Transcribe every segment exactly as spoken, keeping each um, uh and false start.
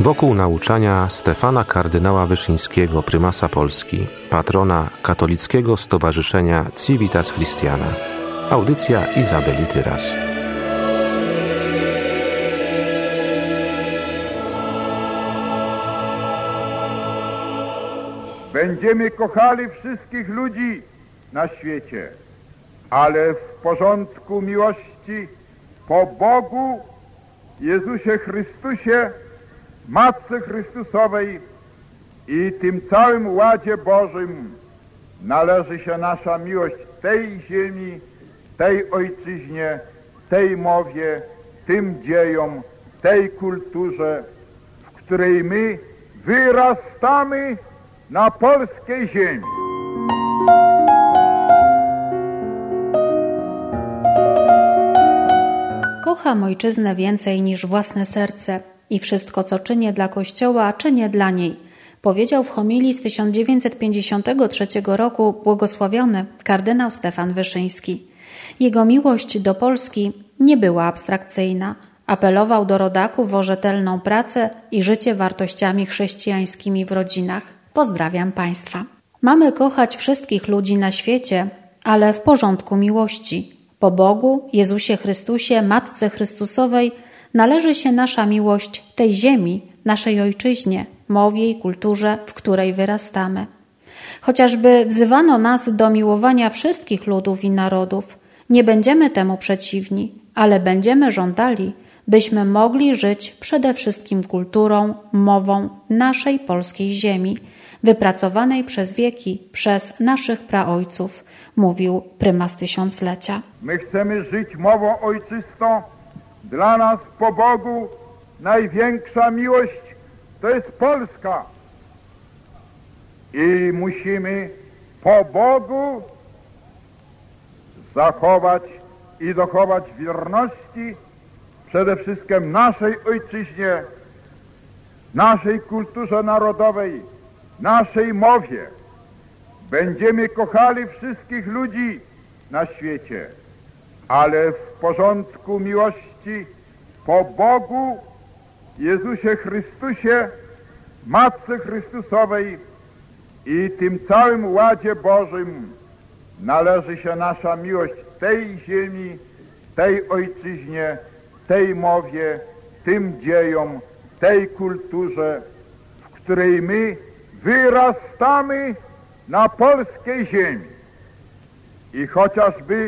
Wokół nauczania Stefana kardynała Wyszyńskiego, prymasa Polski, patrona Katolickiego Stowarzyszenia Civitas Christiana. Audycja Izabeli Tyras. Będziemy kochali wszystkich ludzi na świecie, ale w porządku miłości po Bogu, Jezusie Chrystusie, Matce Chrystusowej i tym całym ładzie Bożym należy się nasza miłość tej ziemi, tej ojczyźnie, tej mowie, tym dziejom, tej kulturze, w której my wyrastamy na polskiej ziemi. Kocham ojczyznę więcej niż własne serce i wszystko, co czynię dla Kościoła, czynię dla niej, powiedział w homilii z tysiąc dziewięćset pięćdziesiątego trzeciego roku błogosławiony kardynał Stefan Wyszyński. Jego miłość do Polski nie była abstrakcyjna. Apelował do rodaków o rzetelną pracę i życie wartościami chrześcijańskimi w rodzinach. Pozdrawiam Państwa. Mamy kochać wszystkich ludzi na świecie, ale w porządku miłości. Po Bogu, Jezusie Chrystusie, Matce Chrystusowej należy się nasza miłość tej ziemi, naszej ojczyźnie, mowie i kulturze, w której wyrastamy. Chociażby wzywano nas do miłowania wszystkich ludów i narodów, nie będziemy temu przeciwni, ale będziemy żądali, byśmy mogli żyć przede wszystkim kulturą, mową naszej polskiej ziemi, wypracowanej przez wieki przez naszych praojców, mówił prymas tysiąclecia. My chcemy żyć mową ojczystą. Dla nas po Bogu największa miłość to jest Polska. I musimy po Bogu zachować i dochować wierności przede wszystkim naszej ojczyźnie, naszej kulturze narodowej, naszej mowie. Będziemy kochali wszystkich ludzi na świecie, ale w porządku miłości po Bogu, Jezusie Chrystusie, Matce Chrystusowej i tym całym ładzie Bożym należy się nasza miłość tej ziemi, tej ojczyźnie, tej mowie, tym dziejom, tej kulturze, w której my wyrastamy na polskiej ziemi. I chociażby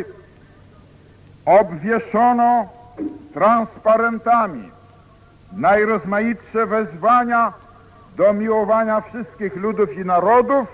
obwieszono transparentami najrozmaitsze wezwania do miłowania wszystkich ludów i narodów,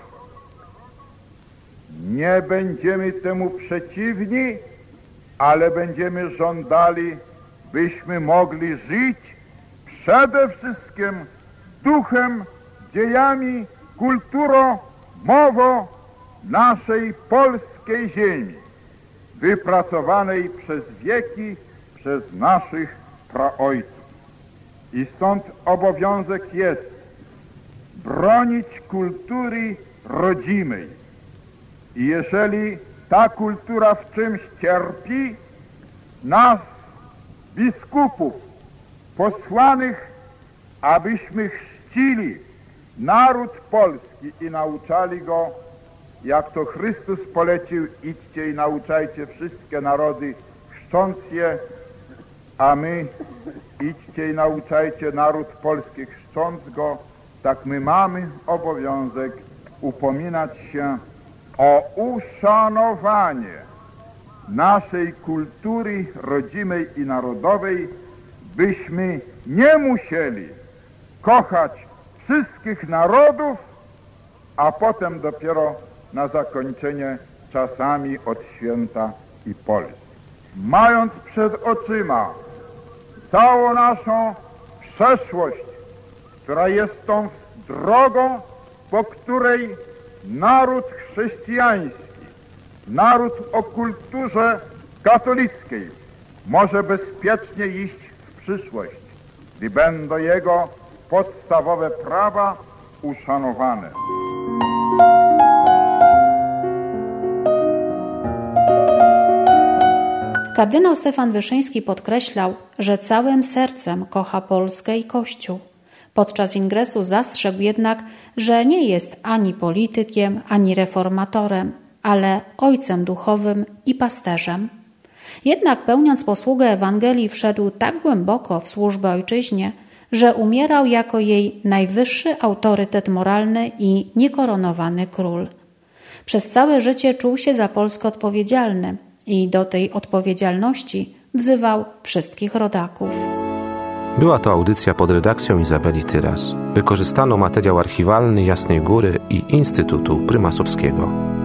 nie będziemy temu przeciwni, ale będziemy żądali, byśmy mogli żyć przede wszystkim duchem, dziejami, kulturą, mową naszej polskiej ziemi, wypracowanej przez wieki przez naszych praojców. I stąd obowiązek jest bronić kultury rodzimej. I jeżeli ta kultura w czymś cierpi, nas, biskupów, posłanych, abyśmy chrzcili naród polski i nauczali go, jak to Chrystus polecił, idźcie i nauczajcie wszystkie narody, chrzcząc je, a my idźcie i nauczajcie naród polski, chrzcząc go, tak my mamy obowiązek upominać się o uszanowanie naszej kultury rodzimej i narodowej, byśmy nie musieli kochać wszystkich narodów, a potem dopiero na zakończenie czasami od święta i Polski. Mając przed oczyma całą naszą przeszłość, która jest tą drogą, po której naród chrześcijański, naród o kulturze katolickiej może bezpiecznie iść w przyszłość, gdy będą jego podstawowe prawa uszanowane. Kardynał Stefan Wyszyński podkreślał, że całym sercem kocha Polskę i Kościół. Podczas ingresu zastrzegł jednak, że nie jest ani politykiem, ani reformatorem, ale ojcem duchowym i pasterzem. Jednak pełniąc posługę Ewangelii wszedł tak głęboko w służbę ojczyźnie, że umierał jako jej najwyższy autorytet moralny i niekoronowany król. Przez całe życie czuł się za Polskę odpowiedzialny i do tej odpowiedzialności wzywał wszystkich rodaków. Była to audycja pod redakcją Izabeli Tyras. Wykorzystano materiał archiwalny Jasnej Góry i Instytutu Prymasowskiego.